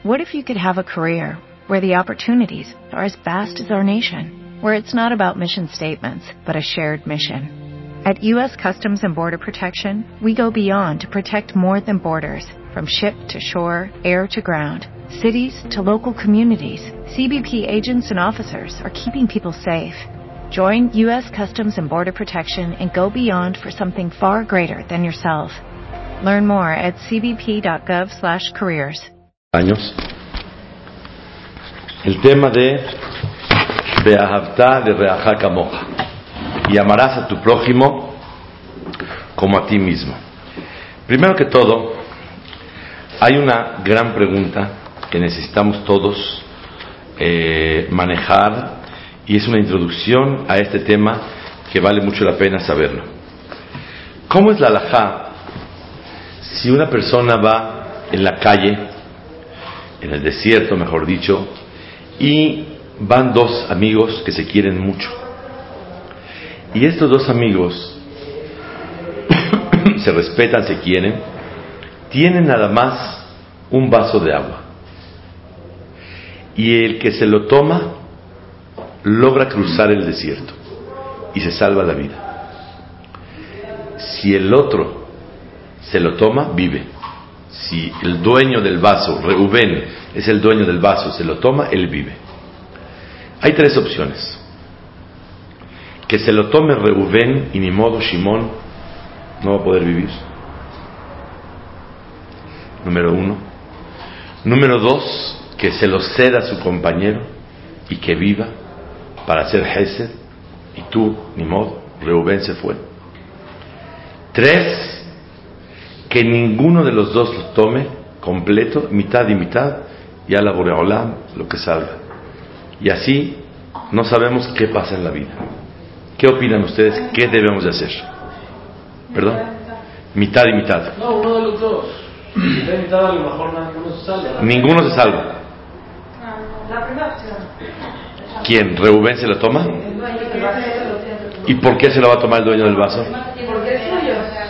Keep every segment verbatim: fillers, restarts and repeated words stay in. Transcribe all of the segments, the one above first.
What if you could have a career where the opportunities are as vast as our nation, where it's not about mission statements, but a shared mission? At U S Customs and Border Protection, we go beyond to protect more than borders. From ship to shore, air to ground, cities to local communities, C B P agents and officers are keeping people safe. Join U S Customs and Border Protection and go beyond for something far greater than yourself. Learn more at c b p dot gov slash careers. Años. El tema de Ve'ahavta lereaja kamoja, y amarás a tu prójimo como a ti mismo. Primero que todo, hay una gran pregunta que necesitamos todos eh, manejar, y es una introducción a este tema que vale mucho la pena saberlo. ¿Cómo es la halajá si una persona va en la calle, en el desierto mejor dicho, y van dos amigos que se quieren mucho, y estos dos amigos se respetan, se quieren, tienen nada más un vaso de agua, y el que se lo toma logra cruzar el desierto y se salva la vida? Si el otro se lo toma, vive. Si el dueño del vaso, Reubén, es el dueño del vaso, se lo toma, él vive. Hay tres opciones: que se lo tome Reubén y ni modo Shimón no va a poder vivir. Número uno. Número dos, que se lo ceda a su compañero y que viva para hacer Hesed, y tú, ni modo, Reubén se fue. Tres, que ninguno de los dos lo tome completo, mitad y mitad, y a la Boreolam lo que salga. Y así no sabemos qué pasa en la vida. ¿Qué opinan ustedes? ¿Qué debemos de hacer? ¿Perdón? Mitad y mitad. No, uno de los dos. Mitad y mitad, a lo mejor ninguno se salva. Ninguno se salva. La primera opción. ¿Quién? ¿Reubén se lo toma? ¿Y por qué se lo va a tomar el dueño del vaso? Porque es suyo.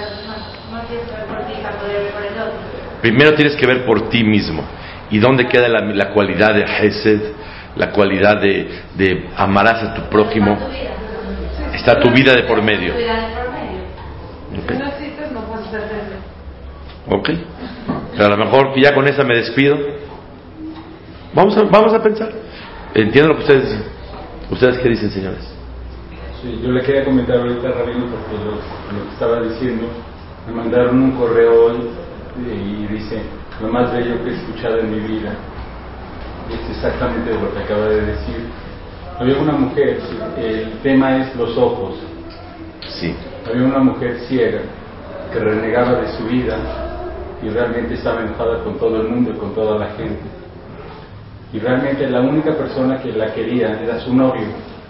Primero tienes que ver por ti mismo. ¿Y dónde queda la, la cualidad de Hesed? La cualidad de, de amarás a tu prójimo. Está tu vida de por medio. Si no existes, no puedes ser Hesed. Ok. Pero a lo mejor ya con esa me despido. Vamos a, vamos a pensar. Entiendo lo que ustedes dicen. ¿Ustedes qué dicen, señores? Sí, yo le quería comentar ahorita, Rabino, porque lo, lo que estaba diciendo, me mandaron un correo hoy y dice: lo más bello que he escuchado en mi vida. Y es exactamente lo que acaba de decir. Había una mujer, el tema es los ojos. Sí. Había una mujer ciega que renegaba de su vida y realmente estaba enojada con todo el mundo y con toda la gente. Y realmente la única persona que la quería era su novio.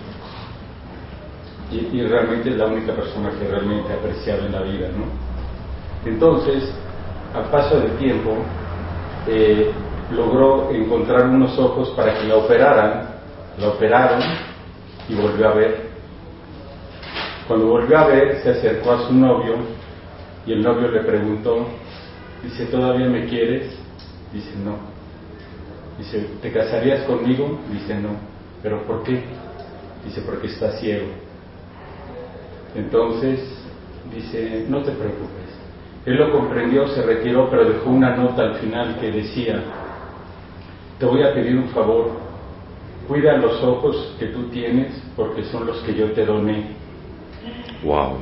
Y, y realmente es la única persona que realmente apreciaba en la vida, ¿no? Entonces, al paso del tiempo, eh, logró encontrar unos ojos para que la operaran. La operaron y volvió a ver. Cuando volvió a ver, se acercó a su novio y el novio le preguntó, dice: ¿todavía me quieres? Dice: no. Dice: ¿te casarías conmigo? Dice: no. ¿Pero por qué? Dice: porque está ciego. Entonces dice: no te preocupes. Él lo comprendió, se retiró, pero dejó una nota al final que decía: te voy a pedir un favor, cuida los ojos que tú tienes porque son los que yo te doné. Wow.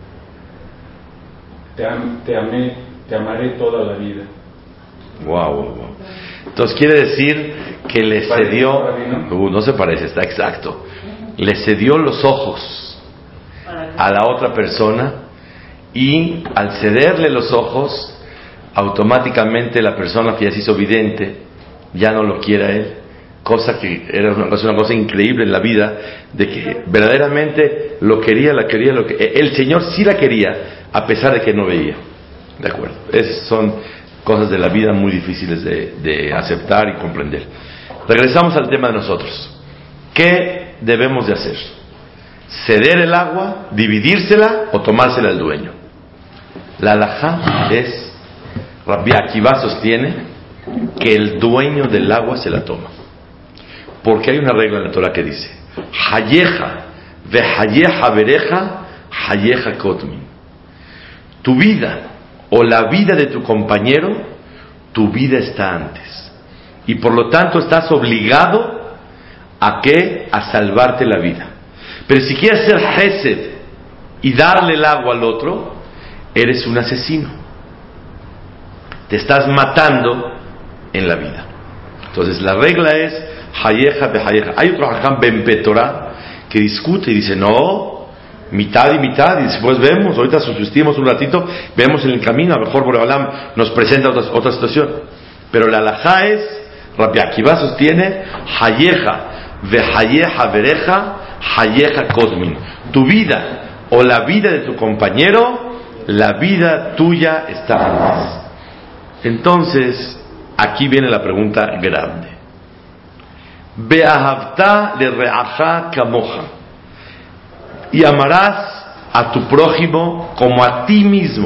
Te, am, te amé, te amaré toda la vida. Wow, wow, wow. Entonces quiere decir que le cedió, uh, no se parece, está exacto, le cedió los ojos a la otra persona, y al cederle los ojos, automáticamente la persona que ya se hizo vidente ya no lo quiere a él, cosa que era una cosa, una cosa increíble en la vida, de que verdaderamente lo quería, la quería, lo que, el Señor sí la quería, a pesar de que no veía. De acuerdo, esas son cosas de la vida muy difíciles de, de aceptar y comprender. Regresamos al tema de nosotros. ¿Qué debemos de hacer? ¿Ceder el agua, dividírsela o tomársela al dueño? La halajá es, Rabbi Akiva sostiene que el dueño del agua se la toma. Porque hay una regla en la Torah que dice: Hayeja ve hayeja bereja hayeja kotmin. Tu vida o la vida de tu compañero, tu vida está antes. Y por lo tanto estás obligado a qué? A salvarte la vida. Pero si quieres hacer Hesed y darle el agua al otro, eres un asesino. Te estás matando en la vida. Entonces la regla es Hayeja be hayeja. Hay otro Hajam Ben Petorah que discute y dice: no, mitad y mitad, y después vemos, ahorita subsistimos un ratito, vemos en el camino, a lo mejor Boreolam nos presenta otra, otra situación. Pero la halajá es, Rabbi Akiva sostiene, Hayeja ve hayeja bereja hayeja kodmin. Tu vida o la vida de tu compañero, la vida tuya está antes. Entonces aquí viene la pregunta grande. Beahavta le reaja kamoja, y amarás a tu prójimo como a ti mismo.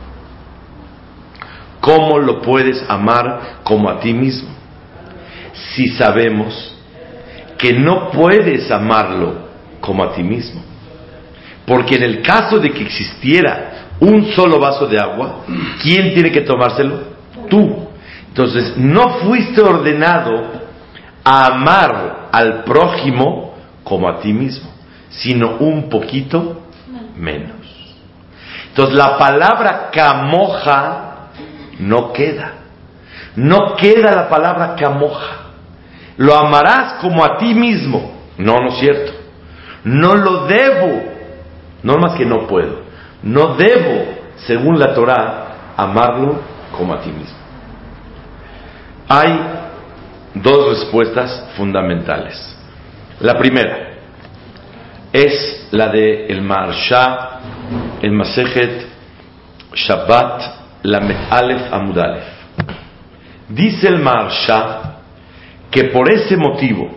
¿Cómo lo puedes amar como a ti mismo? Si sabemos que no puedes amarlo como a ti mismo. Porque en el caso de que existiera un solo vaso de agua, ¿quién tiene que tomárselo? Tú. Entonces, no fuiste ordenado a amar al prójimo como a ti mismo, sino un poquito menos. Entonces, la palabra camoja no queda. No queda la palabra camoja. Lo amarás como a ti mismo. No, no es cierto. No lo debo. No más que no puedo. No debo, según la Torah, amarlo como a ti mismo. Hay dos respuestas fundamentales. La primera es la de el Maharsha, el Masejet Shabbat, Lamed Aleph Amud Aleph. Dice el Maharsha que por ese motivo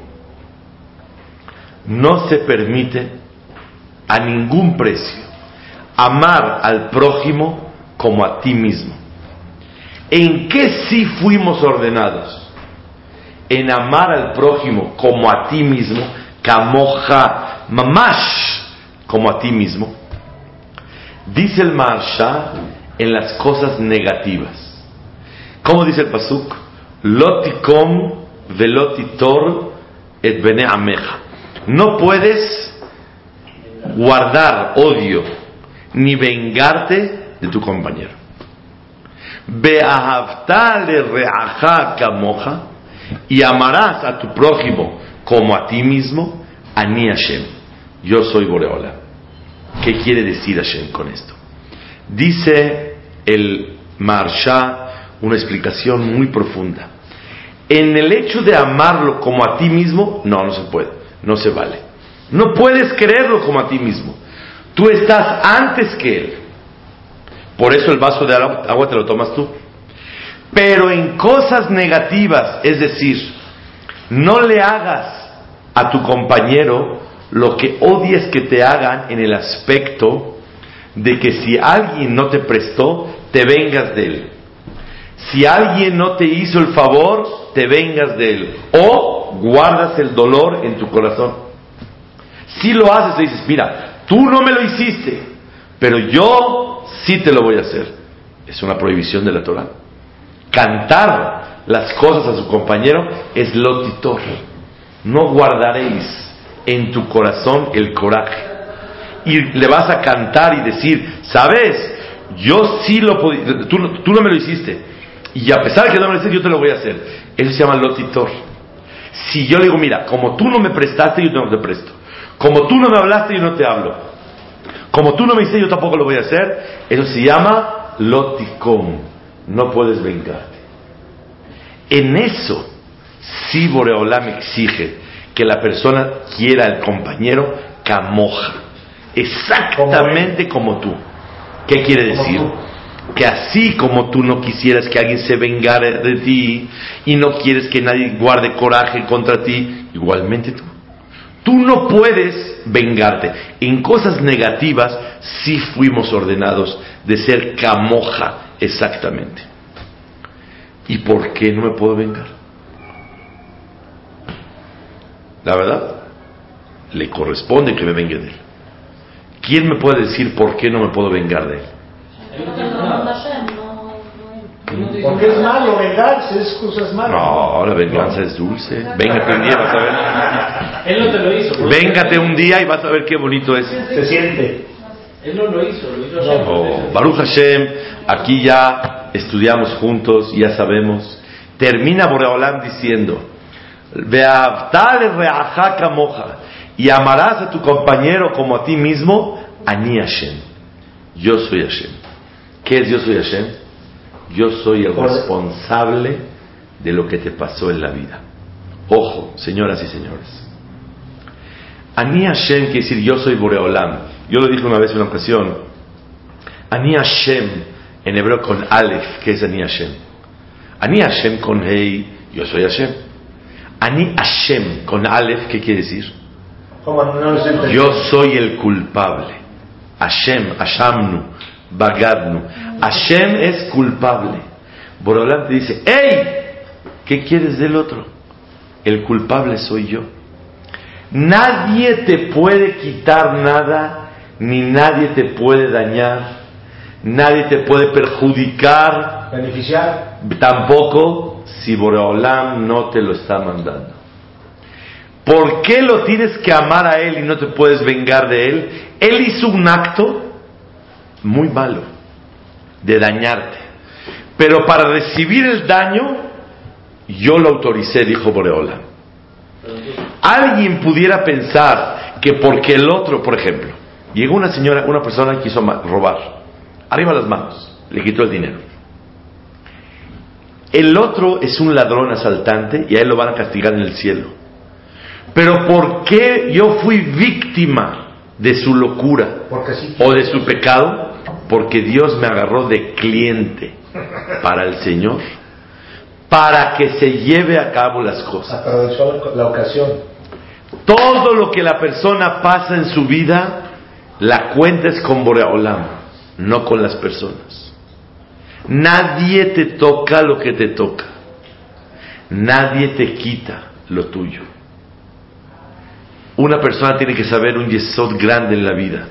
no se permite a ningún precio amar al prójimo como a ti mismo. ¿En qué sí fuimos ordenados? En amar al prójimo como a ti mismo, kamoja, mamash, como a ti mismo. Dice el Maharsha en las cosas negativas. ¿Cómo dice el pasuk? Lotikom velotitor et bene ameja. No puedes guardar odio ni vengarte de tu compañero. Beahavta le reaja kamoja, y amarás a tu prójimo como a ti mismo. Ani Hashem, yo soy Boreolam. ¿Qué quiere decir Hashem con esto? Dice el Maharsha una explicación muy profunda. En el hecho de amarlo como a ti mismo, no, no se puede, no se vale. No puedes quererlo como a ti mismo. Tú estás antes que él. Por eso el vaso de agua te lo tomas tú. Pero en cosas negativas, es decir, no le hagas a tu compañero lo que odies que te hagan, en el aspecto de que si alguien no te prestó, te vengas de él. Si alguien no te hizo el favor, te vengas de él. O guardas el dolor en tu corazón. Si lo haces, le dices: mira, tú no me lo hiciste, pero yo sí te lo voy a hacer. Es una prohibición de la Torah. Cantar las cosas a su compañero es lotitor. No guardaréis en tu corazón el coraje. Y le vas a cantar y decir: ¿sabes? Yo sí lo podía, tú, tú no me lo hiciste, y a pesar de que no me lo hiciste, yo te lo voy a hacer. Eso se llama lotitor. Si yo le digo: mira, como tú no me prestaste, yo no te presto. Como tú no me hablaste, yo no te hablo. Como tú no me hiciste, yo tampoco lo voy a hacer. Eso se llama loticom. No puedes vengarte. En eso sí Boreolam exige que la persona quiera al compañero camoja, exactamente como tú. ¿Qué quiere decir? Que así como tú no quisieras que alguien se vengara de ti y no quieres que nadie guarde coraje contra ti, igualmente tú. Tú no puedes vengarte. En cosas negativas sí fuimos ordenados de ser camoja, exactamente. ¿Y por qué no me puedo vengar? La verdad, le corresponde que me vengue de él. ¿Quién me puede decir por qué no me puedo vengar de él? Porque es malo vengarse, es cosas malas. No, la venganza es dulce. Véngate un día, vas a ver. Él no te lo hizo. Véngate un día y vas a ver qué bonito es. Se siente. Él no lo hizo, lo hizo Hashem. Oh, Baruch Hashem, aquí ya estudiamos juntos, ya sabemos. Termina Boreolam diciendo: Ve'avtal re'aja kamoja, y amarás a tu compañero como a ti mismo. Ani Hashem, yo soy Hashem. ¿Qué es yo soy Hashem? Yo soy el responsable de lo que te pasó en la vida. Ojo, señoras y señores. Ani Hashem quiere decir yo soy Boreolam. Yo lo dije una vez en una ocasión. Ani Hashem en hebreo con Aleph, ¿qué es Ani Hashem? Ani Hashem con Hei, yo soy Hashem. Ani Hashem con Aleph, ¿qué quiere decir? ¿Cómo no les entendí? Yo soy el culpable. Hashem, Hashamnu, Bagadnu. Hashem es culpable. Boreolam te dice: ¡Ey! ¿Qué quieres del otro? El culpable soy yo. Nadie te puede quitar nada, ni nadie te puede dañar, nadie te puede perjudicar, beneficiar, tampoco si Boreolam no te lo está mandando. ¿Por qué lo tienes que amar a él y no te puedes vengar de él? Él hizo un acto muy malo de dañarte, pero para recibir el daño yo lo autoricé, dijo Boreolam. Alguien pudiera pensar que porque el otro, por ejemplo, llegó una señora, una persona que quiso robar, arriba las manos, le quitó el dinero. El otro es un ladrón asaltante y a él lo van a castigar en el cielo. Pero ¿por qué yo fui víctima de su locura sí. o de su pecado? Porque Dios me agarró de cliente para el Señor, para que se lleve a cabo las cosas. Aprovechó la ocasión. Todo lo que la persona pasa en su vida, la cuenta es con Boreolam, no con las personas. Nadie te toca lo que te toca. Nadie te quita lo tuyo. Una persona tiene que saber un yesod grande en la vida.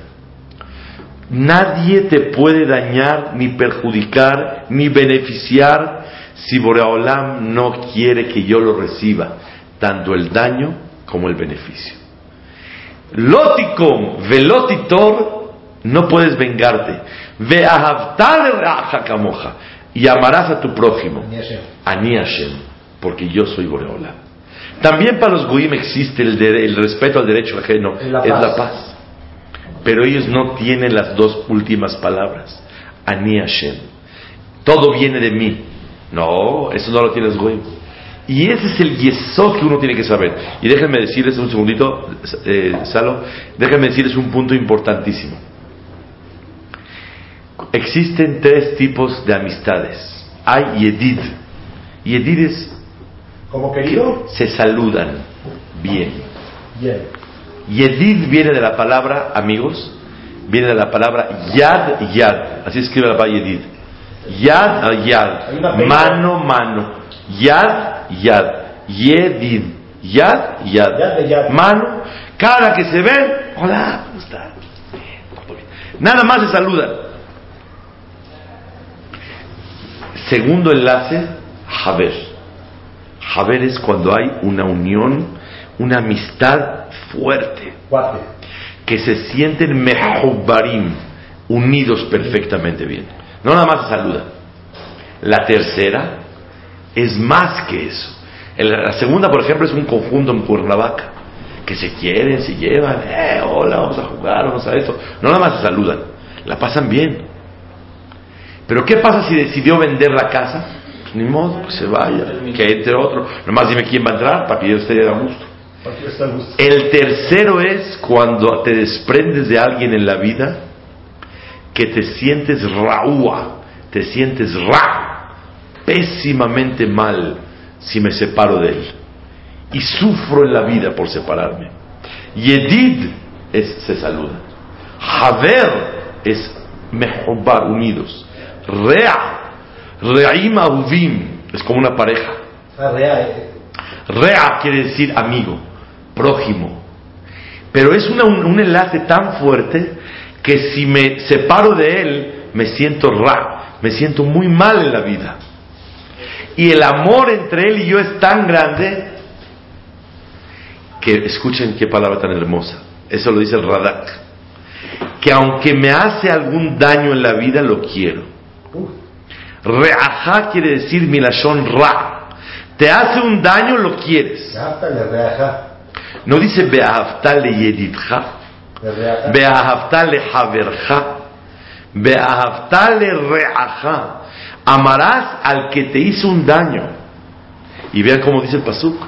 Nadie te puede dañar, ni perjudicar, ni beneficiar si Boreolam no quiere que yo lo reciba, tanto el daño como el beneficio. Loticom velotitor, no puedes vengarte. Ve'ahavtal re'aja kamoja, y amarás a tu prójimo. Ani Hashem, porque yo soy Boreolam. También para los goyim existe el, de, el respeto al derecho ajeno, es la, es la paz. Pero ellos no tienen las dos últimas palabras. Ani Hashem, todo viene de mí. No, eso no lo tiene los goyim. Y ese es el yesod que uno tiene que saber. Y déjenme decirles un segundito, eh, Salo, déjenme decirles un punto importantísimo. Existen tres tipos de amistades. Hay yedid. Yedid es como querido, que se saludan bien. Bien. Yedid viene de la palabra amigos, viene de la palabra yad yad. Así escribe la palabra yedid. Yad a yad, mano mano. Yad yad, yedid, yad yad, yad, yad. Mano. Cada que se ven, hola, ¿cómo está? Nada más se saludan. Segundo enlace, Haber. Haber es cuando hay una unión, una amistad fuerte, Guate. que se sienten mehubarim, unidos perfectamente bien. No nada más se saludan. La tercera es más que eso. La segunda, por ejemplo, es un conjunto en Cuernavaca, que se quieren, se llevan, eh, hola, vamos a jugar, vamos a esto. No nada más se saludan, la pasan bien. Pero ¿qué pasa si decidió vender la casa? Pues ni modo, que se vaya, que entre otro. Nomás dime quién va a entrar para que yo esté a gusto. El tercero es cuando te desprendes de alguien en la vida que te sientes raúa, te sientes ra, pésimamente mal si me separo de él. Y sufro en la vida por separarme. Yedid es se saluda. Haver es mejobar, unidos. Rea, re'im ahuvim, Es como una pareja. Rea. Rea quiere decir amigo, prójimo. Pero es una, un, un enlace tan fuerte que si me separo de él, me siento ra, me siento muy mal en la vida. Y el amor entre él y yo es tan grande que, escuchen qué palabra tan hermosa, eso lo dice el Radak, que aunque me hace algún daño en la vida, lo quiero. Reajá quiere decir milashon ra, te hace un daño, lo quieres. No dice beahavta le yedidja, beahavta le haverja, beahavta le reajá. Amarás al que te hizo un daño. Y vean cómo dice el pasuk: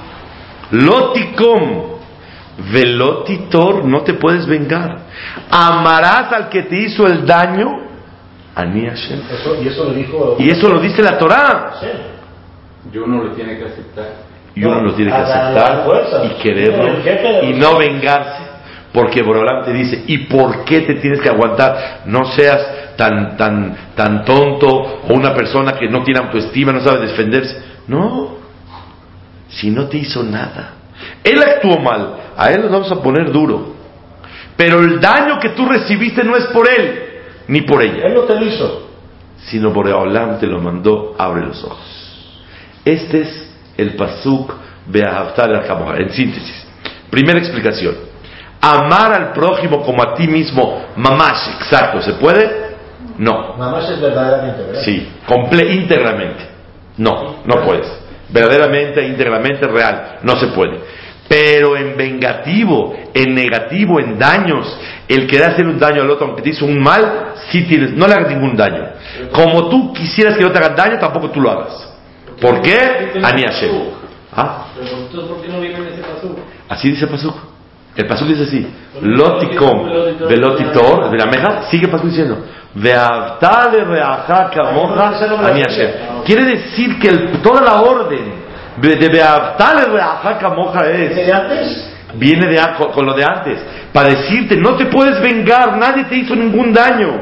Lotikom velotitor, no te puedes vengar. Amarás al que te hizo el daño. Ani Hashem. Eso, y eso lo dijo. Y eso lo dice la Torá. Y uno lo tiene que aceptar. Y uno lo tiene que aceptar y quererlo y no vengarse. Porque Borolam te dice: ¿y por qué te tienes que aguantar? No seas tan tan tan tonto, o una persona que no tiene autoestima, no sabe defenderse. No, si no te hizo nada, él actuó mal, a él lo vamos a poner duro, pero el daño que tú recibiste no es por él ni por ella, él no te lo hizo, sino Borolam te lo mandó. Abre los ojos. Este es el pasuk beahavta le kamocha. En síntesis, primera explicación: amar al prójimo como a ti mismo, mamash, exacto, ¿se puede? No. Mamash es verdaderamente, ¿verdad? Sí, comple- íntegramente. No, no puedes. Verdaderamente, íntegramente, real, no se puede. Pero en vengativo, en negativo, en daños, el querer hacer un daño al otro aunque te hizo un mal, sí tienes, no le hagas ningún daño. Como tú quisieras que no te hagan daño, tampoco tú lo hagas. ¿Por qué? Ani Hashem. ¿Ah? Pero entonces, ¿por qué no viene en ese pasuk? Así dice el pasuk. El pasuk dice así: Lotikom velotitor, de la meja, sigue el pasuk diciendo: Veavtale reaja kamoja ani Hashem. Quiere decir que el, toda la orden de Veavtale reaja kamoja es ¿de antes? Viene de con, con lo de antes, para decirte: no te puedes vengar, nadie te hizo ningún daño.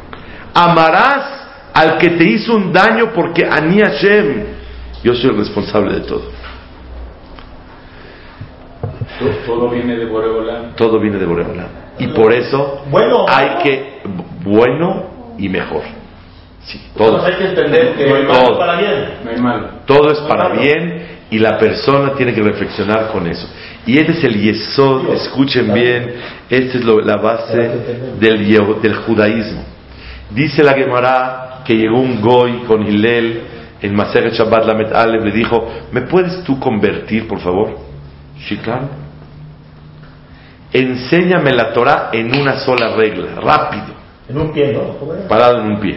Amarás al que te hizo un daño, porque ani Hashem, yo soy el responsable de todo. Todo viene de Boreolam. Todo viene de Boreolam. Y por eso bueno, hay que bueno y mejor. Sí, todo. Entonces hay que entender que no hay todo, para bien. No hay mal. Todo es para bien y la persona tiene que reflexionar con eso. Y este es el yesod, escuchen bien, esta es lo, la base del, del judaísmo. Dice la Gemara que llegó un goy con Hillel en Masechet Shabbat Lamed Aleph, le dijo: ¿me puedes tú convertir, por favor? Sí, claro. Enséñame la Torah en una sola regla, rápido. En un pie, ¿no? Parado en un pie.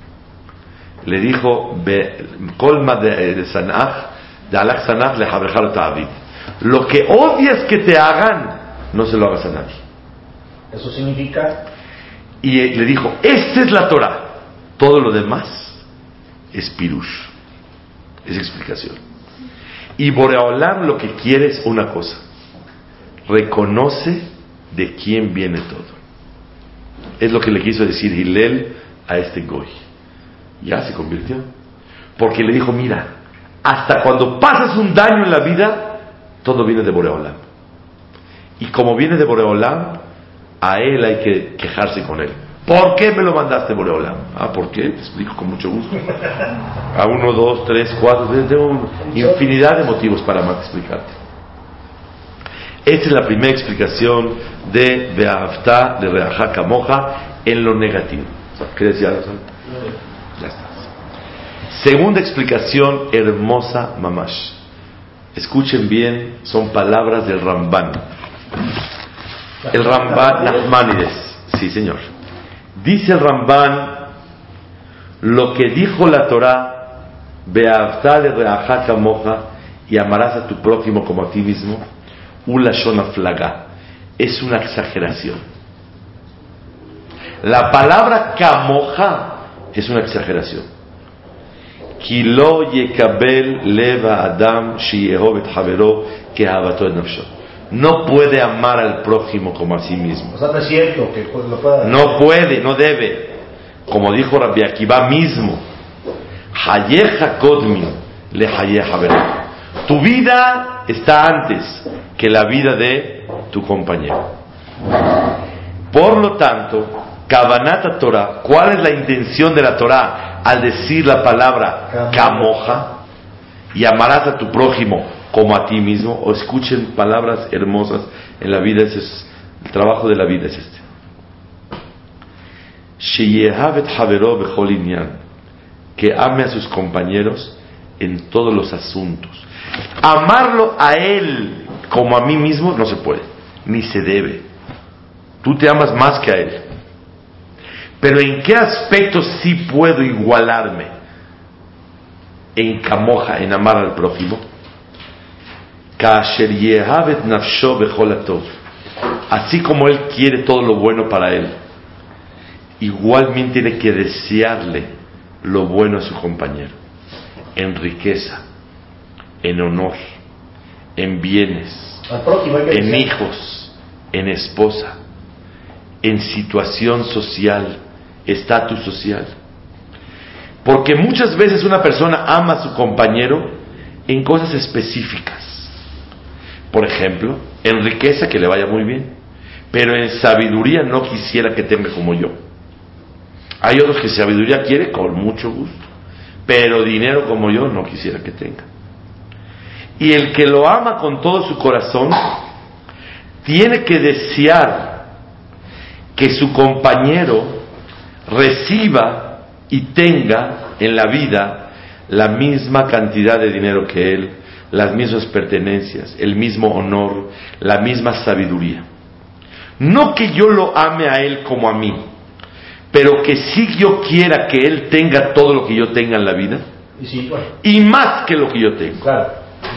Le dijo: Colma de Sanach, de Alach Sanach le Habrejar Ta'avid. Lo que odias que te hagan, no se lo hagas a nadie. Eso significa. Y le dijo: esta es la Torah. Todo lo demás es pirush. Es explicación. Y Boreolam lo que quiere es una cosa: reconoce de quién viene todo. Es lo que le quiso decir Hillel a este goy. Ya se convirtió, porque le dijo: mira, hasta cuando pasas un daño en la vida, todo viene de Boreolam. Y como viene de Boreolam, a él hay que quejarse con él. ¿Por qué me lo mandaste, Boreolam? Ah, ¿por qué? Te explico con mucho gusto. A uno, dos, tres, cuatro, tengo infinidad de motivos para más explicarte. Esta es la primera explicación de Beahavta de Reajá Kamoja en lo negativo. ¿Qué decía? Ya está. Segunda explicación hermosa, mamash. Escuchen bien, son palabras del Ramban. El Ramban Nachmanides. Sí, señor. Dice el Ramban: lo que dijo la Torah, Beahavta de Reajá Kamoja, y amarás a tu prójimo como a ti mismo, Ulashon aflaga, es una exageración. La palabra kamoja es una exageración. Kilo yekabel leva adam sheyehov et havero kehabato et nafsho. No puede amar al prójimo como a sí mismo. O sea, no es cierto que lo pueda. No puede, no debe. Como dijo Rabbi Akiva mismo: Hayecha kodmin lehaye haveró. Tu vida está antes que la vida de tu compañero. Por lo tanto, Kavanat Torah, ¿cuál es la intención de la Torah al decir la palabra Kamoja? Y amarás a tu prójimo como a ti mismo. O escuchen palabras hermosas en la vida. Ese es el trabajo de la vida, es este. Sheyehavet Havero Bechol Inyan, que ame a sus compañeros en todos los asuntos. Amarlo a él como a mí mismo no se puede, ni se debe. Tú te amas más que a él. Pero ¿en qué aspectos sí puedo igualarme? En Kamoja, en amar al prójimo. Kasher yehavet nafsho bechol hatov, así como él quiere todo lo bueno para él, igualmente tiene que desearle lo bueno a su compañero, en riqueza, en honor, en bienes, en hijos, en esposa, en situación social, estatus social. Porque muchas veces una persona ama a su compañero en cosas específicas. Por ejemplo, en riqueza, que le vaya muy bien, pero en sabiduría no quisiera que tenga como yo. Hay otros que sabiduría quiere con mucho gusto, pero dinero como yo no quisiera que tenga. Y el que lo ama con todo su corazón tiene que desear que su compañero reciba y tenga en la vida la misma cantidad de dinero que él, las mismas pertenencias, el mismo honor, la misma sabiduría. No que yo lo ame a él como a mí, pero que sí yo quiera que él tenga todo lo que yo tenga en la vida, y, sí, bueno. y más que lo que yo tengo. Claro.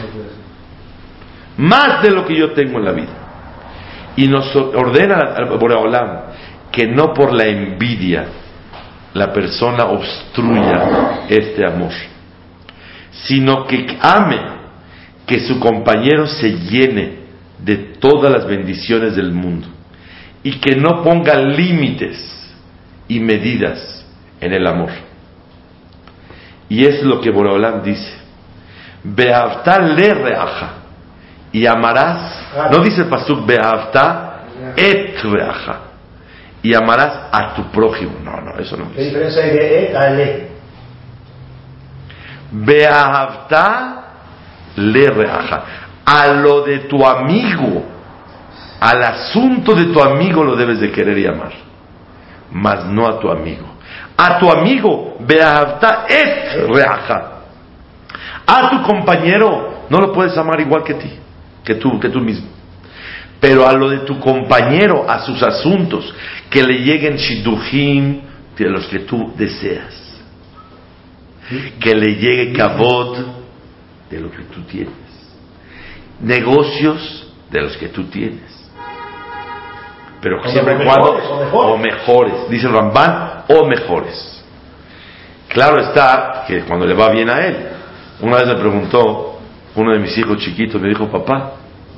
Más de lo que yo tengo en la vida. Y nos ordena al Borei Olam que no por la envidia la persona obstruya este amor, sino que ame que su compañero se llene de todas las bendiciones del mundo y que no ponga límites y medidas en el amor. Y es lo que Borei Olam dice: Behavta le reaja, y amarás, no dice el pasuk Behavta et reaja, y amarás a tu prójimo. No, no, eso no dice. ¿Qué diferencia hay de et a le? Behavta le reaja, a lo de tu amigo, al asunto de tu amigo lo debes de querer y amar, mas no a tu amigo. A tu amigo, behavta et reaja. A tu compañero no lo puedes amar igual que ti, que tú, que tú mismo. Pero a lo de tu compañero, a sus asuntos, que le lleguen shidduchim de los que tú deseas, que le llegue kavod de lo que tú tienes, negocios de los que tú tienes, pero siempre y cuando, o mejores, dice el Ramban, o mejores. Claro está que cuando le va bien a él. Una vez me preguntó uno de mis hijos chiquitos, me dijo: papá,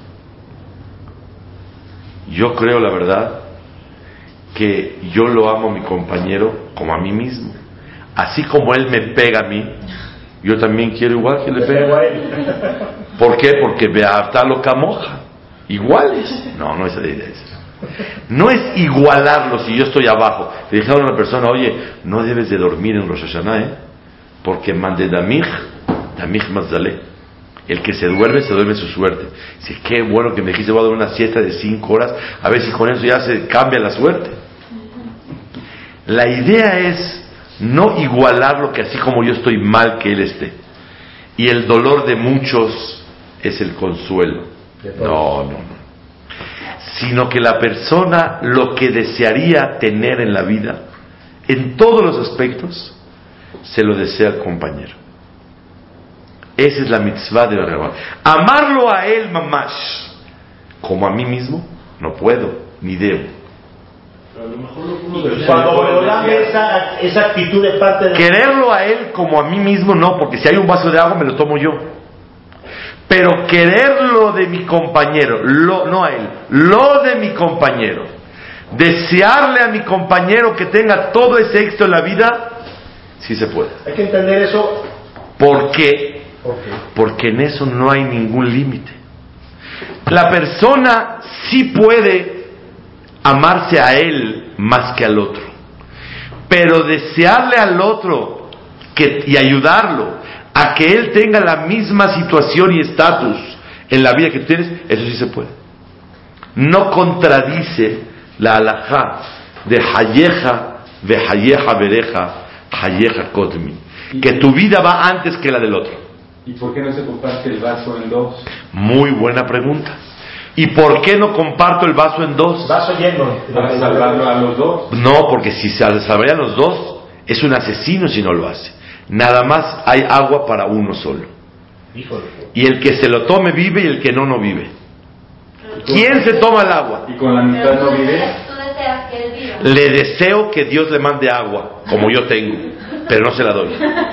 yo creo la verdad que yo lo amo a mi compañero como a mí mismo. Así como él me pega a mí, yo también quiero igual que le pegue. ¿Por qué? Porque behavta lo kamoja, iguales. No, no es la idea esa. No es igualarlo si yo estoy abajo. Le dijeron a una persona: oye, no debes de dormir en Rosh Hashanah, ¿eh? Porque mande damich, damich mazdaleh. El que se duerme, se duerme su suerte. Dice: qué bueno que me dijiste, voy a dar una siesta de cinco horas, a ver si con eso ya se cambia la suerte. La idea es no igualarlo, que así como yo estoy mal, que él esté. Y el dolor de muchos es el consuelo. No, no, no. Sino que la persona lo que desearía tener en la vida, en todos los aspectos, se lo desea al compañero. Esa es la mitzvah de Borei Olam. Amarlo a él mamash como a mí mismo no puedo ni debo. Cuando Borei Olam ve esa, esa actitud de parte de... Quererlo a él como a mí mismo no, porque si hay un vaso de agua me lo tomo yo. Pero quererlo de mi compañero, lo, no a él, lo de mi compañero, desearle a mi compañero que tenga todo ese éxito en la vida, sí se puede. Hay que entender eso. Porque Okay. Porque en eso no hay ningún límite. La persona sí puede amarse a él más que al otro, pero desearle al otro que, y ayudarlo a que él tenga la misma situación y estatus en la vida que tú tienes, eso sí se puede. No contradice la halajá de Hayeja ve Hayeja Bereja Hayeja Kodmi, que tu vida va antes que la del otro. ¿Y por qué no se comparte el vaso en dos? Muy buena pregunta. ¿Y por qué no comparto el vaso en dos? Vaso lleno. Para salvarlo a los dos. No, porque si se salvarían los dos, es un asesino si no lo hace. Nada más hay agua para uno solo. Híjole. Y el que se lo tome vive y el que no, no vive. ¿Quién se toma el agua? Y con la mitad no vive. Tú deseas que él viva. Le deseo que Dios le mande agua, como yo tengo, pero no se la doy.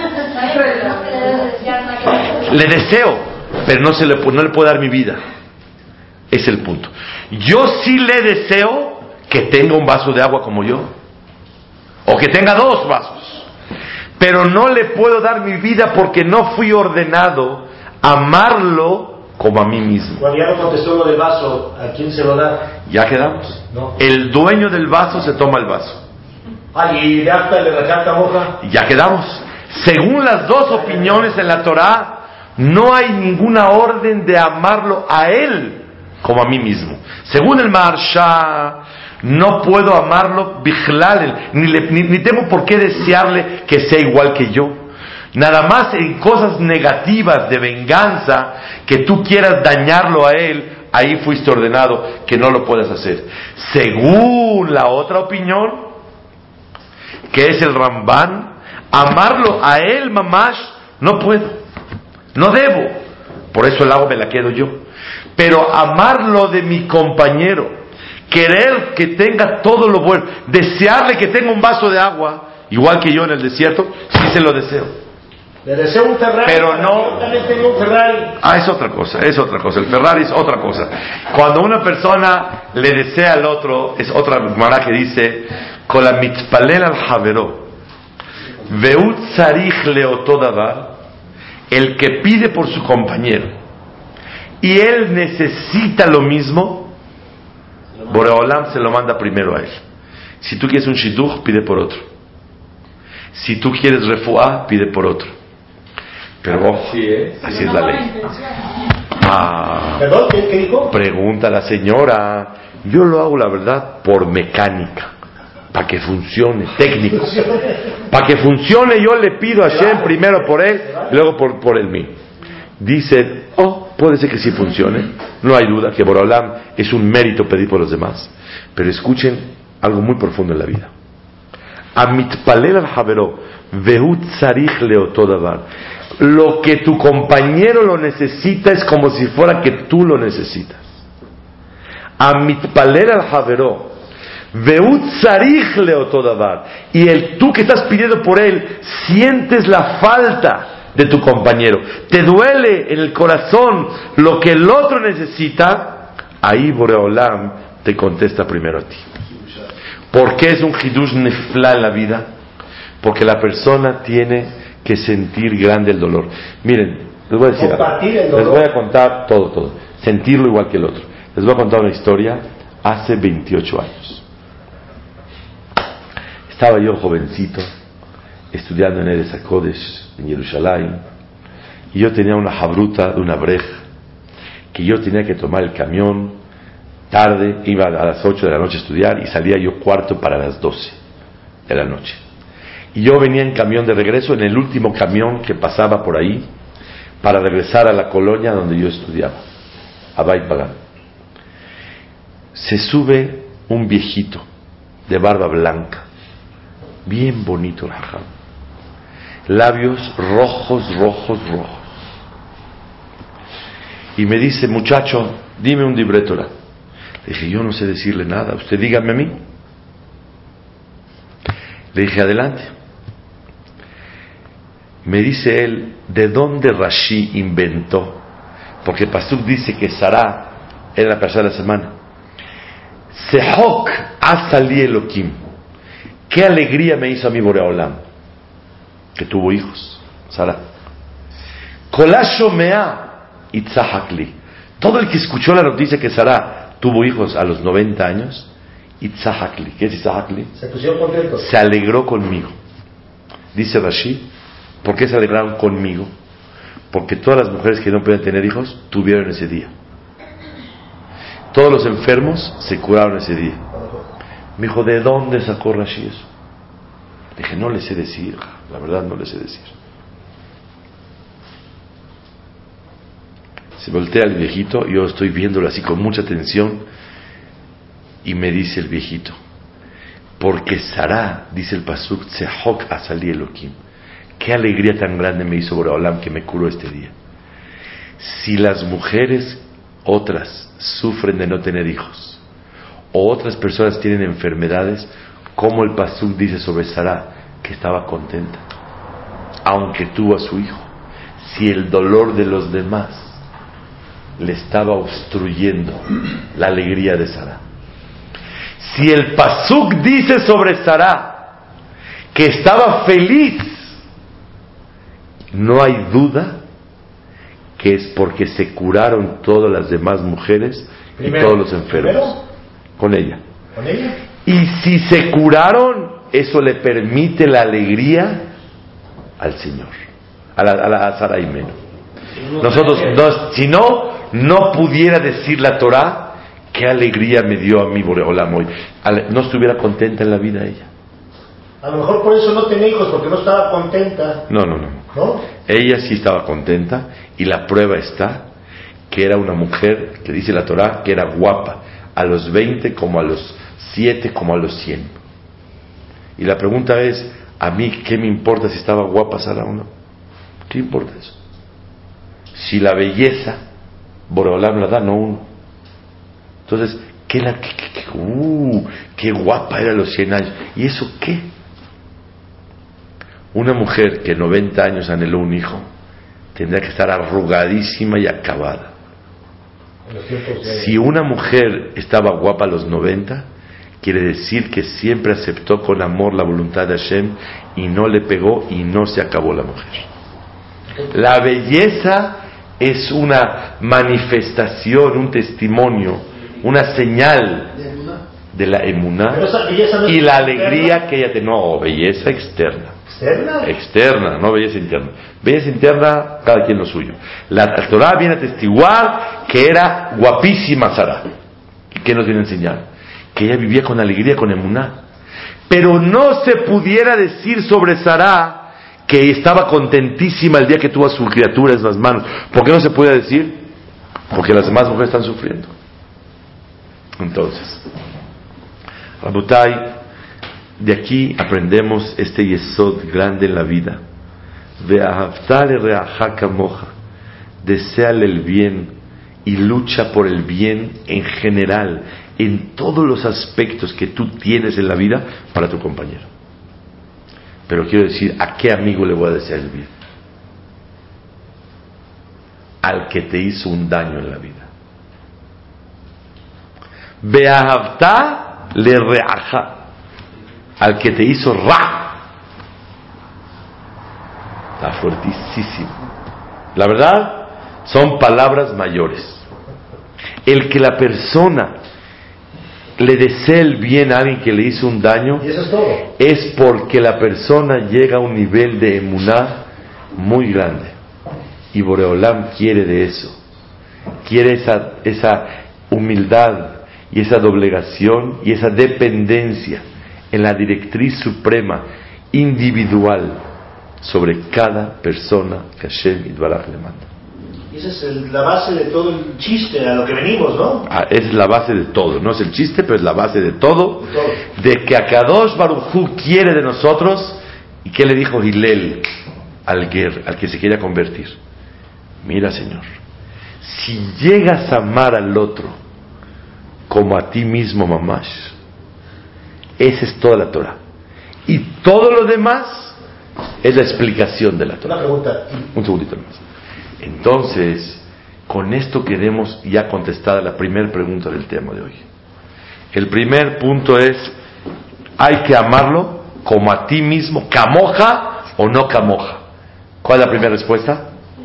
Le deseo, pero no, se le, no le puedo dar mi vida. Es el punto. Yo sí le deseo que tenga un vaso de agua como yo, o que tenga dos vasos, pero no le puedo dar mi vida porque no fui ordenado a amarlo como a mí mismo. Cuando ya no contestó lo del vaso, ¿a quién se lo da? ¿Ya quedamos? No. El dueño del vaso se toma el vaso. Ah, y de acta le recata moja. Ya quedamos. Según las dos opiniones en la Torá, no hay ninguna orden de amarlo a él como a mí mismo. Según el Maharsha, no puedo amarlo bichlal, ni, le, ni, ni tengo por qué desearle que sea igual que yo. Nada más en cosas negativas de venganza, que tú quieras dañarlo a él, ahí fuiste ordenado que no lo puedas hacer. Según la otra opinión, que es el Ramban, amarlo a él, mamash, no puedo, no debo, por eso el agua me la quedo yo. Pero amarlo de mi compañero, querer que tenga todo lo bueno, desearle que tenga un vaso de agua, igual que yo en el desierto, sí se lo deseo. Le deseo un Ferrari, pero no. Yo también tengo un Ferrari. Ah, es otra cosa, es otra cosa. El Ferrari es otra cosa. Cuando una persona le desea al otro, es otra Gemara que dice, "Kol hamitpalel al havero, veut tzarich leoto davar", el que pide por su compañero y él necesita lo mismo, Boreolam se lo manda primero a él. Si tú quieres un shidduch, pide por otro. Si tú quieres refuá, pide por otro. Pero ojo, así es, así es la ley. Ah, ¿Perdón? ¿Qué, qué dijo? pregunta a la señora. Yo lo hago, la verdad, por mecánica, para que funcione, técnico. Para que funcione, yo le pido a Hashem primero por él y luego por, por el mío. Dice, oh, puede ser que sí funcione. No hay duda que Boreolam es un mérito pedir por los demás. Pero escuchen algo muy profundo en la vida. Amitpalel al havero, veut tzarich leoto davar. Lo que tu compañero lo necesita es como si fuera que tú lo necesitas. Amitpalel al havero, veut tzarich leoto davar. Y el tú que estás pidiendo por él, sientes la falta de tu compañero, te duele en el corazón lo que el otro necesita. Ahí Boreolam te contesta primero a ti. ¿Por qué es un hidush nefla en la vida? Porque la persona tiene que sentir grande el dolor. Miren, les voy a decir algo. Les voy a contar todo, todo. Sentirlo igual que el otro. Les voy a contar una historia. Hace veintiocho años estaba yo jovencito estudiando en Eretz HaKodesh en Jerusalén, y yo tenía una jabruta de una brej que yo tenía que tomar el camión tarde, iba a las ocho de la noche a estudiar y salía yo cuarto para las doce de la noche. Y yo venía en camión de regreso, en el último camión que pasaba por ahí, para regresar a la colonia donde yo estudiaba, a Beit Bagan. Se sube un viejito de barba blanca, bien bonito, rajam, labios rojos, rojos, rojos. Y me dice, muchacho, dime un libretora. Le dije, yo no sé decirle nada, usted dígame a mí. Le dije, adelante. Me dice él, ¿de dónde Rashi inventó? Porque el pastor dice que Sará era la persona de la semana. Sehok asali Elohim. Qué alegría me hizo a mí Boreolam, que tuvo hijos, Sará. Kolashomea itzahakli. Todo el que escuchó la noticia que Sara tuvo hijos a los noventa años, itzahakli. ¿Qué es itzahakli? Se pusieron contentos. Se alegró conmigo. Dice Rashi, ¿por qué se alegraron conmigo? Porque todas las mujeres que no podían tener hijos tuvieron ese día. Todos los enfermos se curaron ese día. Me dijo, ¿de dónde sacó Rashi eso? Dije, no le sé decir, la verdad no le sé decir. Se voltea el viejito, yo estoy viéndolo así con mucha atención, y me dice el viejito, porque Sará, dice el pasuk, Tzehok asali Elohim, qué alegría tan grande me hizo Boreolam que me curó este día. Si las mujeres otras sufren de no tener hijos, o otras personas tienen enfermedades, como el pasuk dice sobre Sará, que estaba contenta, aunque tuvo a su hijo. Si el dolor de los demás le estaba obstruyendo la alegría de Sará. Si el pasuk dice sobre Sará que estaba feliz, no hay duda que es porque se curaron todas las demás mujeres primero, y todos los enfermos. ¿Primero? Con ella. ¿Con ella? Y si se curaron, eso le permite la alegría al Señor, a la, a la a Sará y menos. Nosotros, no, si no, no pudiera decir la Torah, qué alegría me dio a mí Boreolam hoy. No estuviera contenta en la vida ella. A lo mejor por eso no tenía hijos, porque no estaba contenta. No, no, no. ¿No? Ella sí estaba contenta, y la prueba está que era una mujer, que dice la Torah, que era guapa, a los veinte como a los siete como a los cien. Y la pregunta es, a mí, ¿qué me importa si estaba guapa Sara o no? ¿Qué importa eso? Si la belleza Boreolam la da, no uno. Entonces, ¿qué la qué, qué, qué, uh, qué guapa era a los cien años? ¿Y eso qué? Una mujer que noventa años anheló un hijo tendría que estar arrugadísima y acabada. Si una mujer estaba guapa a los noventa, quiere decir que siempre aceptó con amor la voluntad de Hashem y no le pegó y no se acabó la mujer. La belleza es una manifestación, un testimonio, una señal de la emuná y la alegría que ella tiene. No, belleza externa. ¿Externa? Externa, no belleza interna. Belleza interna, cada quien lo suyo. La Torah viene a atestiguar que era guapísima Sara. ¿Qué nos viene a enseñar? Que ella vivía con alegría, con emuná. Pero no se pudiera decir sobre Sara que estaba contentísima el día que tuvo a su criatura en las manos. ¿Por qué no se puede decir? Porque las demás mujeres están sufriendo. Entonces, Rabotai, de aquí aprendemos este yesod grande en la vida. Ve'ahavta lereaja kamoja, deséale el bien y lucha por el bien en general, en todos los aspectos que tú tienes en la vida para tu compañero. Pero quiero decir, ¿a qué amigo le voy a desear el bien? Al que te hizo un daño en la vida. Beahavta le reaja, al que te hizo ra. Está fuertísimo. La verdad, son palabras mayores. El que la persona le desea el bien a alguien que le hizo un daño, ¿y eso es todo? Es porque la persona llega a un nivel de emuná muy grande. Y Boreolam quiere de eso. Quiere esa, esa humildad y esa doblegación y esa dependencia en la directriz suprema individual sobre cada persona que Hashem Yitbaraj le manda. Y esa es el, la base de todo el chiste a lo que venimos, ¿no? Ah, es la base de todo, no es el chiste, pero es la base de todo, de, todo. de que Akadosh Baruj Hu quiere de nosotros. ¿Y qué le dijo Hillel al Ger, al que se quiera convertir? Mira, Señor, si llegas a amar al otro como a ti mismo, mamash, esa es toda la Torah. Y todo lo demás es la explicación de la Torah. Una pregunta. Un segundito más. Entonces, con esto queremos ya contestada la primera pregunta del tema de hoy. El primer punto es, hay que amarlo como a ti mismo, camoja o no camoja. ¿Cuál es la primera respuesta?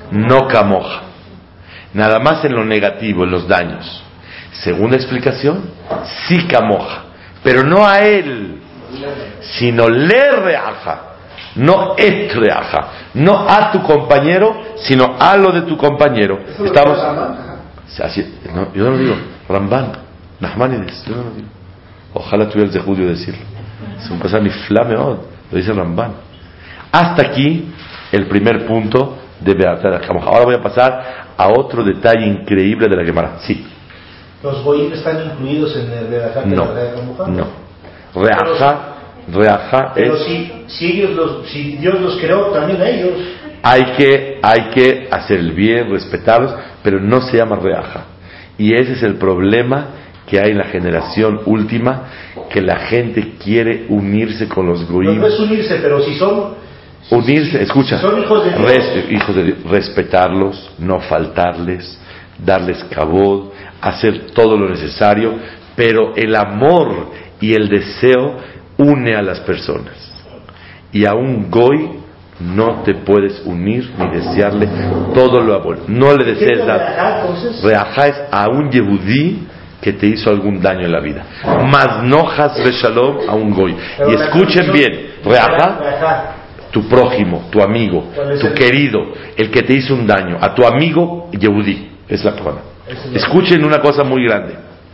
no camoja. Nada más en lo negativo, en los daños. Segunda explicación, sí camoja, pero no a él, sino le reaja, no et reaja, no a tu compañero, sino a lo de tu compañero. Estamos. Así, no, yo no lo digo, Ramban, Nachmanides, yo no lo digo. Ojalá tuviera el de judío decirlo. Es un pasaje flameod, lo dice Ramban. Hasta aquí el primer punto de Beatar Camoja. Ahora voy a pasar a otro detalle increíble de la Gemara. Sí. ¿Los goyim están incluidos en el Beatar No, Camoja? no. Reaja, reaja pero es. si, si ellos los, si Dios los creó, también a ellos. Hay que, hay que hacer el bien, respetarlos, pero no se llama reaja. Y ese es el problema que hay en la generación última, que la gente quiere unirse con los goyim. No, no es unirse, pero si son... Unirse, si, escucha, si son hijos de Dios. res, hijos de Dios, respetarlos, no faltarles, darles cabod, hacer todo lo necesario, pero el amor y el deseo une a las personas. Y a un goy no te puedes unir ni desearle todo lo amor. No le desees nada. Reajá es a un yehudí que te hizo algún daño en la vida. Mas no has reshalom a un goy. Y escuchen bien, reajá, tu prójimo, tu amigo, tu querido, el que te hizo un daño, a tu amigo yehudí, es la palabra. Escuchen una cosa muy grande.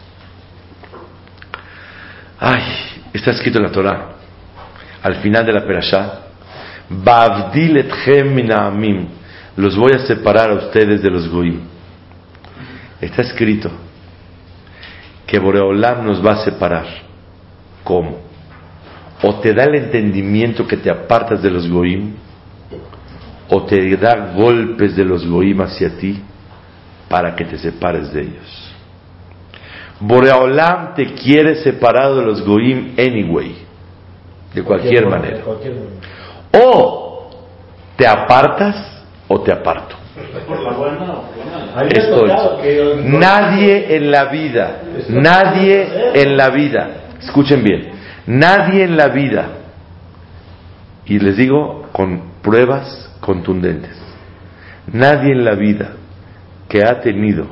Ay, está escrito en la Torah, al final de la Perashá, Ba'avdil etchem min ha'amim, los voy a separar a ustedes de los goyim. Está escrito que Boreolam nos va a separar. ¿Cómo? O te da el entendimiento que te apartas de los goyim, o te da golpes de los goyim hacia ti para que te separes de ellos. Boreolam te quiere separado de los goyim anyway, de cualquier, cualquier manera. Cualquier o te apartas o te aparto. ¿Por la buena o por la mala? Esto es. Nadie en la vida, nadie en la vida, escuchen bien, nadie en la vida, y les digo con pruebas contundentes, nadie en la vida que ha tenido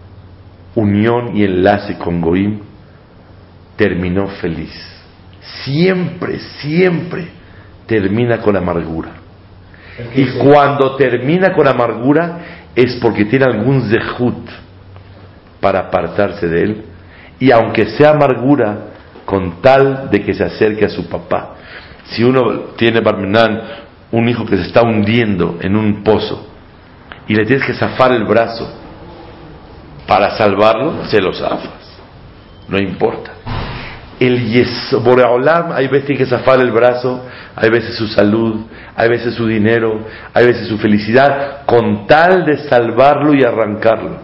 unión y enlace con goyim terminó feliz. Siempre, siempre termina con amargura. Y cuando termina con amargura es porque tiene algún zehut para apartarse de él, y aunque sea amargura, con tal de que se acerque a su papá. Si uno tiene, Barmenán, un hijo que se está hundiendo en un pozo y le tienes que zafar el brazo para salvarlo, se lo zafas, no importa. El yes, Boreolam, hay veces que zafar el brazo, hay veces su salud, hay veces su dinero, hay veces su felicidad, con tal de salvarlo y arrancarlo.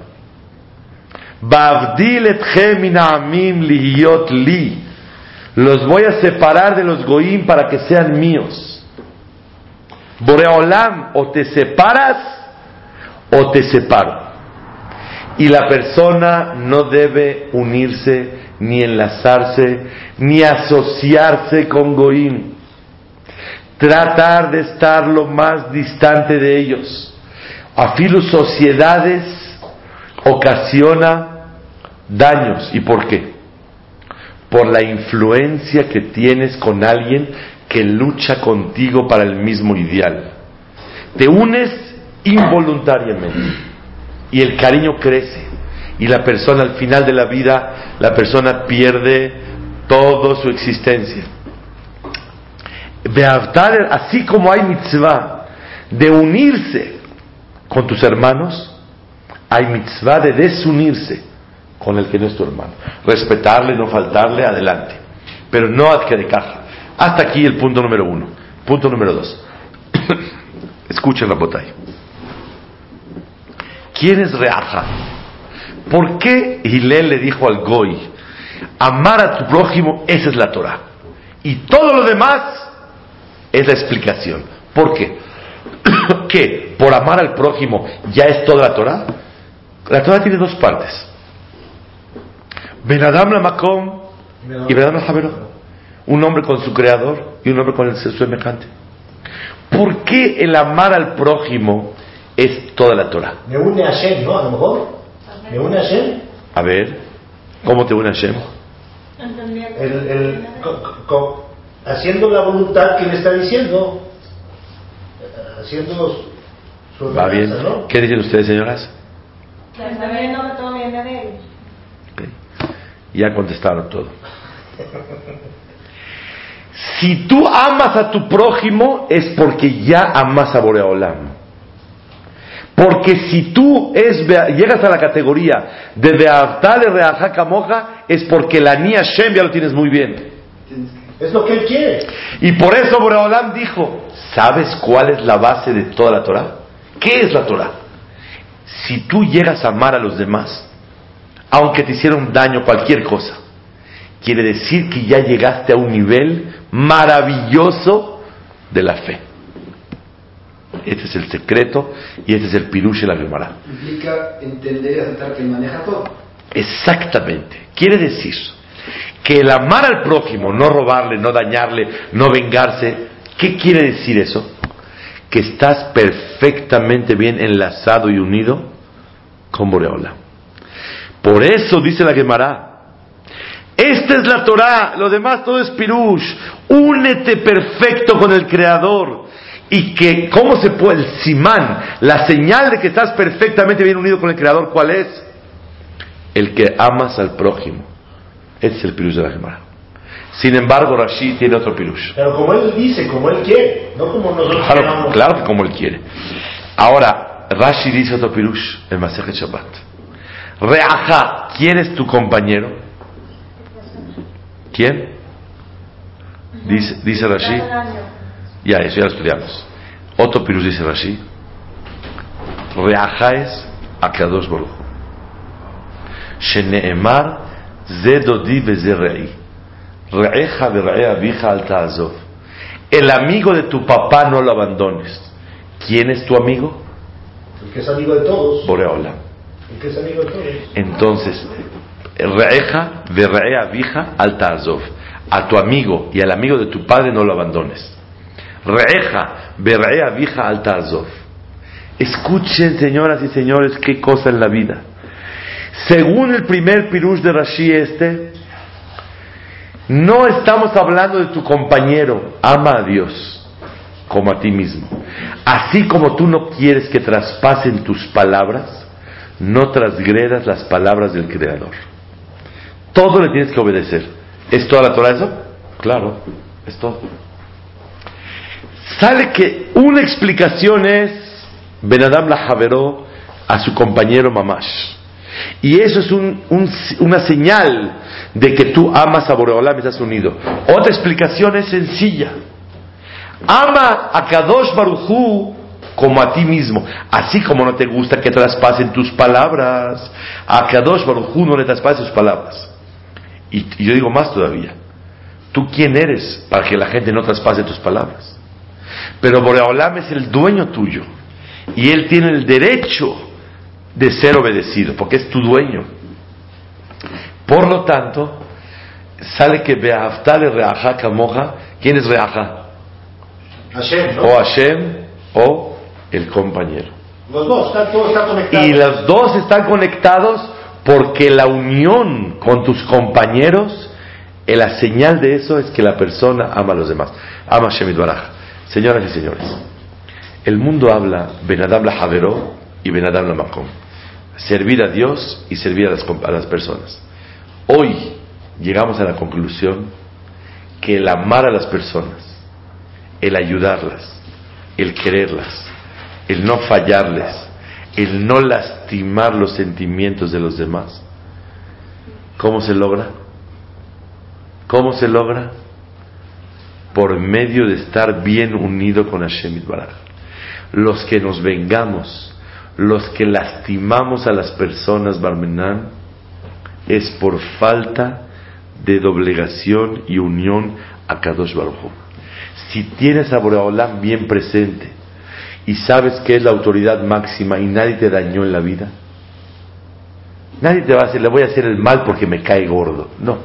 Ba'avdil etchem min ha'amim lihiyot li, los voy a separar de los goyim para que sean míos. Boreolam, o te separas o te separo. Y la persona no debe unirse, ni enlazarse, ni asociarse con goyim. Tratar de estar lo más distante de ellos. Afilo sociedades ocasiona daños. ¿Y por qué? Por la influencia que tienes con alguien que lucha contigo para el mismo ideal. Te unes involuntariamente y el cariño crece, y la persona al final de la vida, la persona pierde toda su existencia. Beavtar, así como hay mitzvah de unirse con tus hermanos, hay mitzvah de desunirse con el que no es tu hermano. Respetarle, no faltarle, adelante, pero no ad que de caja. Hasta aquí el punto número uno. Punto número dos. Escuchen la botella. ¿Quién es Reaja? ¿Por qué Hillel le dijo al Goy, amar a tu prójimo, esa es la Torah, y todo lo demás es la explicación? ¿Por qué? ¿Qué? ¿Por amar al prójimo ya es toda la Torah? La Torah tiene dos partes. Ben Adam la Makom y Ben Adam la Javero. Un hombre con su creador y un hombre con el su semejante. ¿Por qué el amar al prójimo es toda la Torah. Me une a Hashem, ¿no? A lo mejor. Me une a Hashem. A ver, ¿cómo te une Hashem? El, el, co, co, haciendo la voluntad que le está diciendo. Haciendo su, su Va bien. ¿no? ¿Qué dicen ustedes, señoras? También no me todo viene de ellos. Okay. Ya contestaron todo. Si tú amas a tu prójimo es porque ya amas a Borei Olam. Porque si tú es, llegas a la categoría de Ve'ahavta lereaja kamoja es porque la Ni Hashem ya lo tienes muy bien. Es lo que él quiere. Y por eso Borei Olam dijo, ¿sabes cuál es la base de toda la Torah? ¿Qué es la Torah? Si tú llegas a amar a los demás, aunque te hicieron daño, cualquier cosa, quiere decir que ya llegaste a un nivel maravilloso de la fe. Este es el secreto y este es el pirush de la Gemara. Implica entender y aceptar que él maneja todo. Exactamente. Quiere decir que el amar al prójimo, no robarle, no dañarle, no vengarse, ¿qué quiere decir eso? Que estás perfectamente bien enlazado y unido con Borei Olam. Por eso dice la Gemara, esta es la Torah, lo demás todo es pirush. Únete perfecto con el Creador. Y que, ¿cómo se puede? El simán, la señal de que estás perfectamente bien unido con el Creador, ¿cuál es? El que amas al prójimo. Este es el pirush de la Gemara. Sin embargo, Rashi tiene otro pirush. Pero como él dice, como él quiere, no como nosotros Claro, queramos. claro que como él quiere. Ahora, Rashi dice otro pirush, el Masejet Shabbat. Reaja, ¿quién es tu compañero? ¿Quién? Dice, dice Rashi. Ya, eso ya lo estudiamos. Otro pirush dice Rashi. Reaja es Akadosh Baruch Hu. Sheneemar ze dodi veze rei. Reeja verei avija al ta'azov. El amigo de tu papá no lo abandones. ¿Quién es tu amigo? El que es amigo de todos. Borei Olam. El que es amigo de todos. Entonces, Reeja verei avija al ta'azov. A tu amigo y al amigo de tu padre no lo abandones. Reeja verei avija al ta'azov. Escuchen, señoras y señores, qué cosa en la vida. Según el primer pirush de Rashi este, no estamos hablando de tu compañero. Ama a Dios como a ti mismo. Así como tú no quieres que traspasen tus palabras, no transgredas las palabras del Creador. Todo le tienes que obedecer. ¿Es toda la Torah eso? Claro, es todo. Sale que una explicación es Ben Adam la Javeró a su compañero Mamash. Y eso es un, un, una señal de que tú amas a Borei Olam y estás unido. Otra explicación es sencilla. Ama a Kadosh Baruj Hu como a ti mismo. Así como no te gusta que traspasen tus palabras, a Kadosh Baruj Hu no le traspases sus palabras. Y, y yo digo más todavía. ¿Tú quién eres para que la gente no traspase tus palabras? Pero Borei Olam es el dueño tuyo. Y él tiene el derecho de ser obedecido, porque es tu dueño. Por lo tanto, sale que Be'ahavta lereaja kamoja. ¿Quién es Reaja? Hashem, ¿no? O Hashem o el compañero. Los dos, está, todo está conectado. Y los dos están conectados porque la unión con tus compañeros, eh, la señal de eso es que la persona ama a los demás. Ama Hashem Yitbaraj. Señoras y señores, el mundo habla Ben Adam la Javeró y Ben Adam la Makom. Servir a Dios y servir a las, a las personas. Hoy llegamos a la conclusión que el amar a las personas, el ayudarlas, el quererlas, el no fallarles, el no lastimar los sentimientos de los demás, ¿cómo se logra? ¿Cómo se logra? Por medio de estar bien unido con Hashem Yitbaraj. Los que nos vengamos, los que lastimamos a las personas, Barmenán, es por falta de doblegación y unión a Kadosh Baruj Hu. Si tienes a Borei Olam bien presente y sabes que es la autoridad máxima y nadie te dañó en la vida, nadie te va a decir, le voy a hacer el mal porque me cae gordo. No,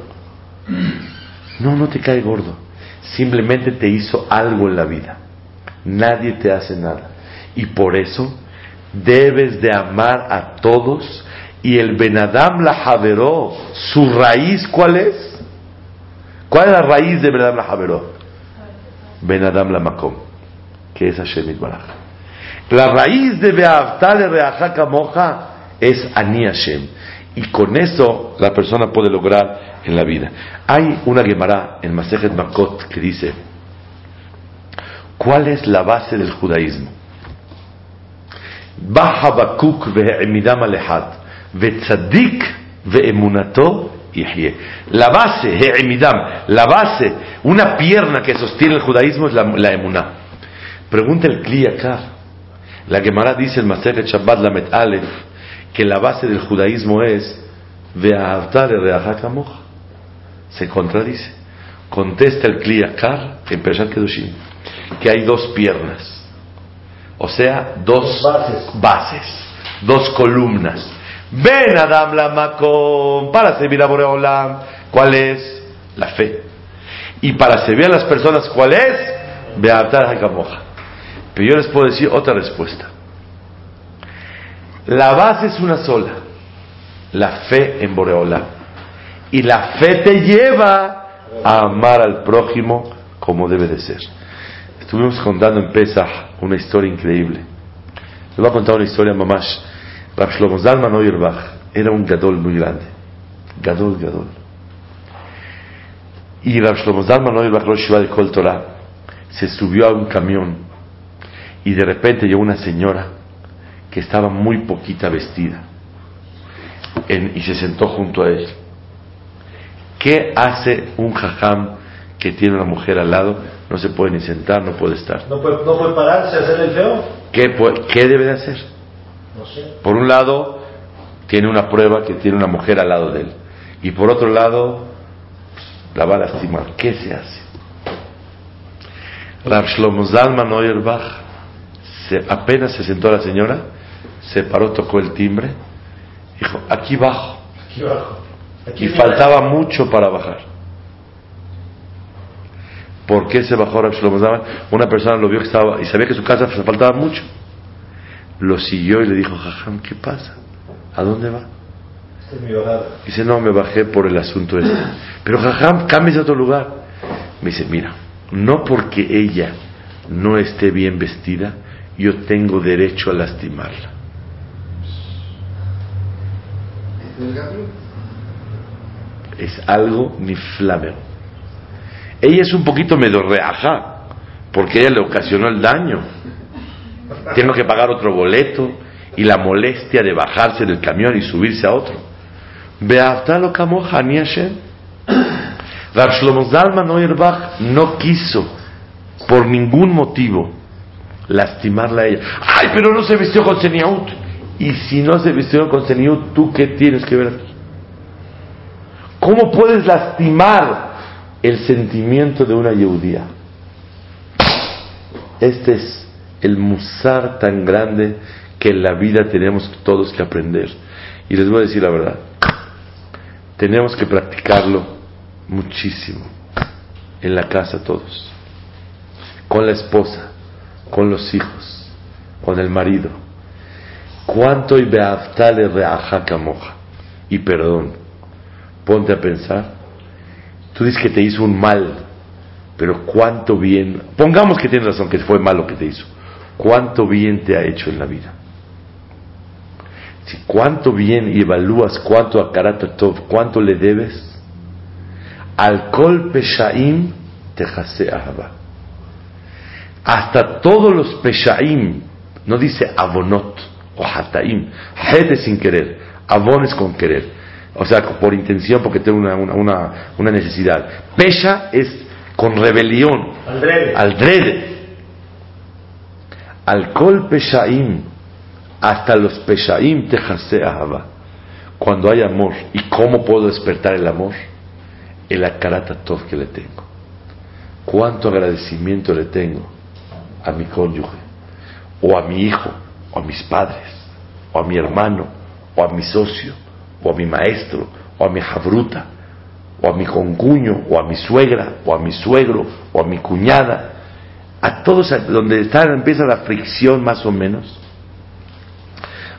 no, no te cae gordo. Simplemente te hizo algo en la vida. Nadie te hace nada. Y por eso debes de amar a todos. Y el Benadam la Javeró, su raíz, ¿cuál es? ¿Cuál es la raíz de Benadam la Javeró? Benadam la Makom, que es Hashem Yitbaraj. La raíz de Be'avta le'reaja kamoja es Ani Hashem. Y con eso la persona puede lograr en la vida. Hay una Gemara en Masejet Makot que dice: ¿cuál es la base del judaísmo? Baja Bakuk ve'emidam alehad ve'tzadik ve'emunato yihye. La base, ve'emidam, la base, una pierna que sostiene el judaísmo es la, la emuná. Pregunta el Kli Yakar. La Gemara dice en Masejet Shabbat Lamet Aleph que la base del judaísmo es ve'ahavta le'reaja kamoja. Se contradice. Contesta el Kli Yakar en Pershat Kedushim que hay dos piernas, o sea, dos bases, bases dos columnas. Ben Adam la Makom, para servir a Boreolam, ¿cuál es? La fe. Y para servir a las personas, ¿cuál es? Ve'ahavta le'reaja kamoja. Pero yo les puedo decir otra respuesta. La base es una sola, la fe en Boreolam. Y la fe te lleva a amar al prójimo como debe de ser. Estuvimos contando en Pesach una historia increíble. Les voy a contar una historia mamash. Rav Shlomo Zalman Auerbach era un gadol muy grande. Gadol, gadol. Y Rav Shlomo Zalman Auerbach, Rosh Yeshiva de Kol Torah, se subió a un camión y de repente llegó una señora que estaba muy poquita vestida en, y se sentó junto a él. ¿Qué hace un jajam que tiene una mujer al lado? No se puede ni sentar, no puede estar. ¿No puede, no puede pararse, hacer el feo? ¿Qué, puede, ¿Qué debe de hacer? No sé. Por un lado, tiene una prueba que tiene una mujer al lado de él. Y por otro lado, la va a lastimar. ¿Qué se hace? Rav Shlomo Zalman Auerbach, se, apenas se sentó la señora, se paró, tocó el timbre, dijo: aquí bajo. Aquí bajo. Aquí y faltaba bajo. Mucho para bajar. ¿Por qué se bajó Rav Shlomo Zalman? Una persona lo vio que estaba y sabía que su casa faltaba mucho. Lo siguió y le dijo: jajam, ¿qué pasa? ¿A dónde va? Esta es mi bajada. Dice: no, me bajé por el asunto este. Pero jajam, cámbiese a otro lugar. Me dice: mira, no porque ella no esté bien vestida, yo tengo derecho a lastimarla. Es algo ni flameo. Ella es un poquito medio reaja, porque ella le ocasionó el daño. Tengo que pagar otro boleto y la molestia de bajarse del camión y subirse a otro. Be'ahavta lo kamoja ani Hashem. Rav Shlomo Zalman Auerbach no quiso por ningún motivo lastimarla a ella. Ay, pero no se vistió con seniut. Y si no se vistió con seniut, ¿tú qué tienes que ver aquí? ¿Cómo puedes lastimar el sentimiento de una yehudía? Este es el musar tan grande que en la vida tenemos todos que aprender. Y les voy a decir la verdad, tenemos que practicarlo muchísimo en la casa todos, con la esposa, con los hijos, con el marido. ¿Cuánto y be'ahavta le'reaja kamoja? Y perdón, ponte a pensar. Tú dices que te hizo un mal, pero cuánto bien, pongamos que tienes razón, que fue mal lo que te hizo, cuánto bien te ha hecho en la vida. Si cuánto bien, y evalúas cuánto a Karat Tov, cuánto le debes, al kol peshaim tejase ahava. Hasta todos los peshaim, no dice avonot o hataim, het es sin querer, avon es con querer, o sea, por intención, porque tengo una, una, una, una necesidad. Pesha es con rebelión, al drede, al drede. Al kol peshaim, hasta los peshaim tejase ahava. Cuando hay amor, ¿y cómo puedo despertar el amor? El akarat tov que le tengo. Cuánto agradecimiento le tengo a mi cónyuge, o a mi hijo, o a mis padres, o a mi hermano, o a mi socio, o a mi maestro, o a mi jabruta, o a mi concuño, o a mi suegra, o a mi suegro, o a mi cuñada, a todos donde está, empieza la fricción más o menos.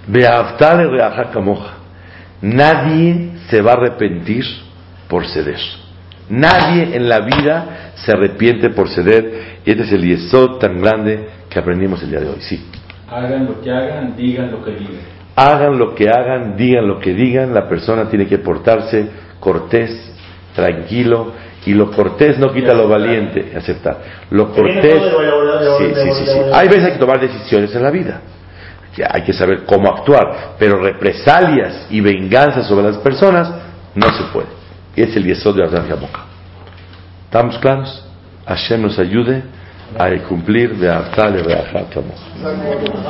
Be'avta lereaja kamoja. Nadie se va a arrepentir por ceder. Nadie en la vida se arrepiente por ceder. Y este es el yesod tan grande que aprendimos el día de hoy. Sí. Hagan lo que hagan, digan lo que digan. Hagan lo que hagan, digan lo que digan. La persona tiene que portarse cortés, tranquilo. Y lo cortés no quita lo valiente. Aceptar. Lo cortés. Sí, sí, sí, sí. Hay veces hay que tomar decisiones en la vida. Hay que saber cómo actuar. Pero represalias y venganzas sobre las personas no se puede. Y es el yesod de Abraham Yamoka. ¿Estamos claros? Hashem nos ayude a cumplir de Avtal y de Reajat Kamoch.